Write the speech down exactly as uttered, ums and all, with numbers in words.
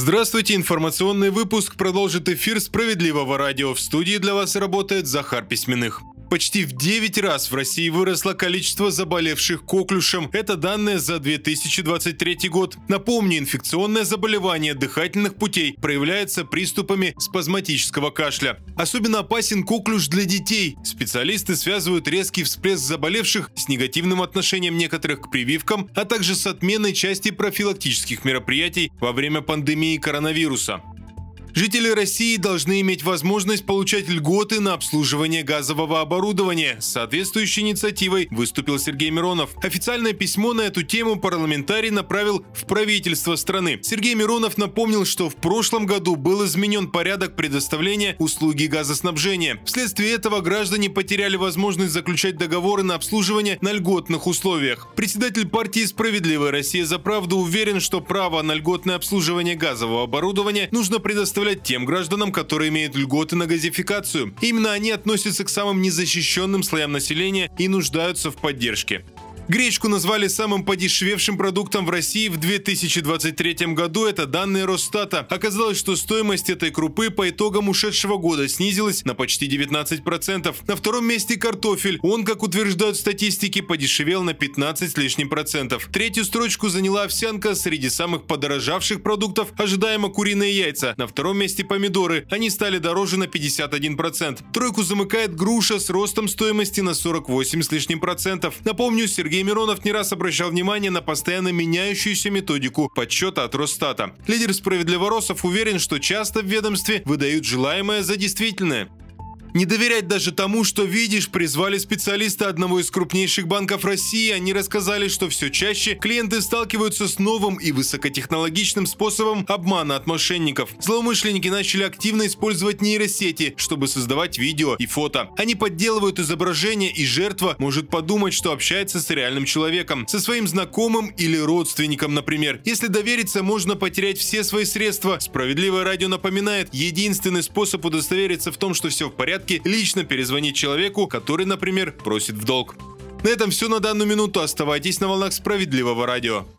Здравствуйте, информационный выпуск продолжит эфир «Справедливого радио». В студии для вас работает Захар Письменных. Почти в девять раз в России выросло количество заболевших коклюшем. Это данные за две тысячи двадцать третий год. Напомню, инфекционное заболевание дыхательных путей проявляется приступами спазматического кашля. Особенно опасен коклюш для детей. Специалисты связывают резкий всплеск заболевших с негативным отношением некоторых к прививкам, а также с отменой части профилактических мероприятий во время пандемии коронавируса. Жители России должны иметь возможность получать льготы на обслуживание газового оборудования. С соответствующей инициативой выступил Сергей Миронов. Официальное письмо на эту тему парламентарий направил в правительство страны. Сергей Миронов напомнил, что в прошлом году был изменен порядок предоставления услуги газоснабжения. Вследствие этого граждане потеряли возможность заключать договоры на обслуживание на льготных условиях. Председатель партии «Справедливая Россия за правду» уверен, что право на льготное обслуживание газового оборудования нужно предоставлять тем гражданам, которые имеют льготы на газификацию. Именно они относятся к самым незащищенным слоям населения и нуждаются в поддержке. Гречку назвали самым подешевевшим продуктом в России в две тысячи двадцать третьем году. Это данные Росстата. Оказалось, что стоимость этой крупы по итогам ушедшего года снизилась на почти девятнадцать процентов. На втором месте картофель. Он, как утверждают статистики, подешевел на пятнадцать с лишним процентов. Третью строчку заняла овсянка. Среди самых подорожавших продуктов ожидаемо куриные яйца. На втором месте помидоры. Они стали дороже на пятьдесят один процент. Тройку замыкает груша с ростом стоимости на сорок восемь с лишним процентов. Напомню, Сергей Миронов не раз обращал внимание на постоянно меняющуюся методику подсчета от Росстата. Лидер «Справедливоросов» уверен, что часто в ведомстве выдают желаемое за действительное. Не доверять даже тому, что видишь, призвали специалисты одного из крупнейших банков России. Они рассказали, что все чаще клиенты сталкиваются с новым и высокотехнологичным способом обмана от мошенников. Злоумышленники начали активно использовать нейросети, чтобы создавать видео и фото. Они подделывают изображения, и жертва может подумать, что общается с реальным человеком, со своим знакомым или родственником, например. Если довериться, можно потерять все свои средства. Справедливое радио напоминает, единственный способ удостовериться в том, что все в порядке, лично перезвонить человеку, который, например, просит в долг. На этом все на данную минуту. Оставайтесь на волнах Справедливого радио.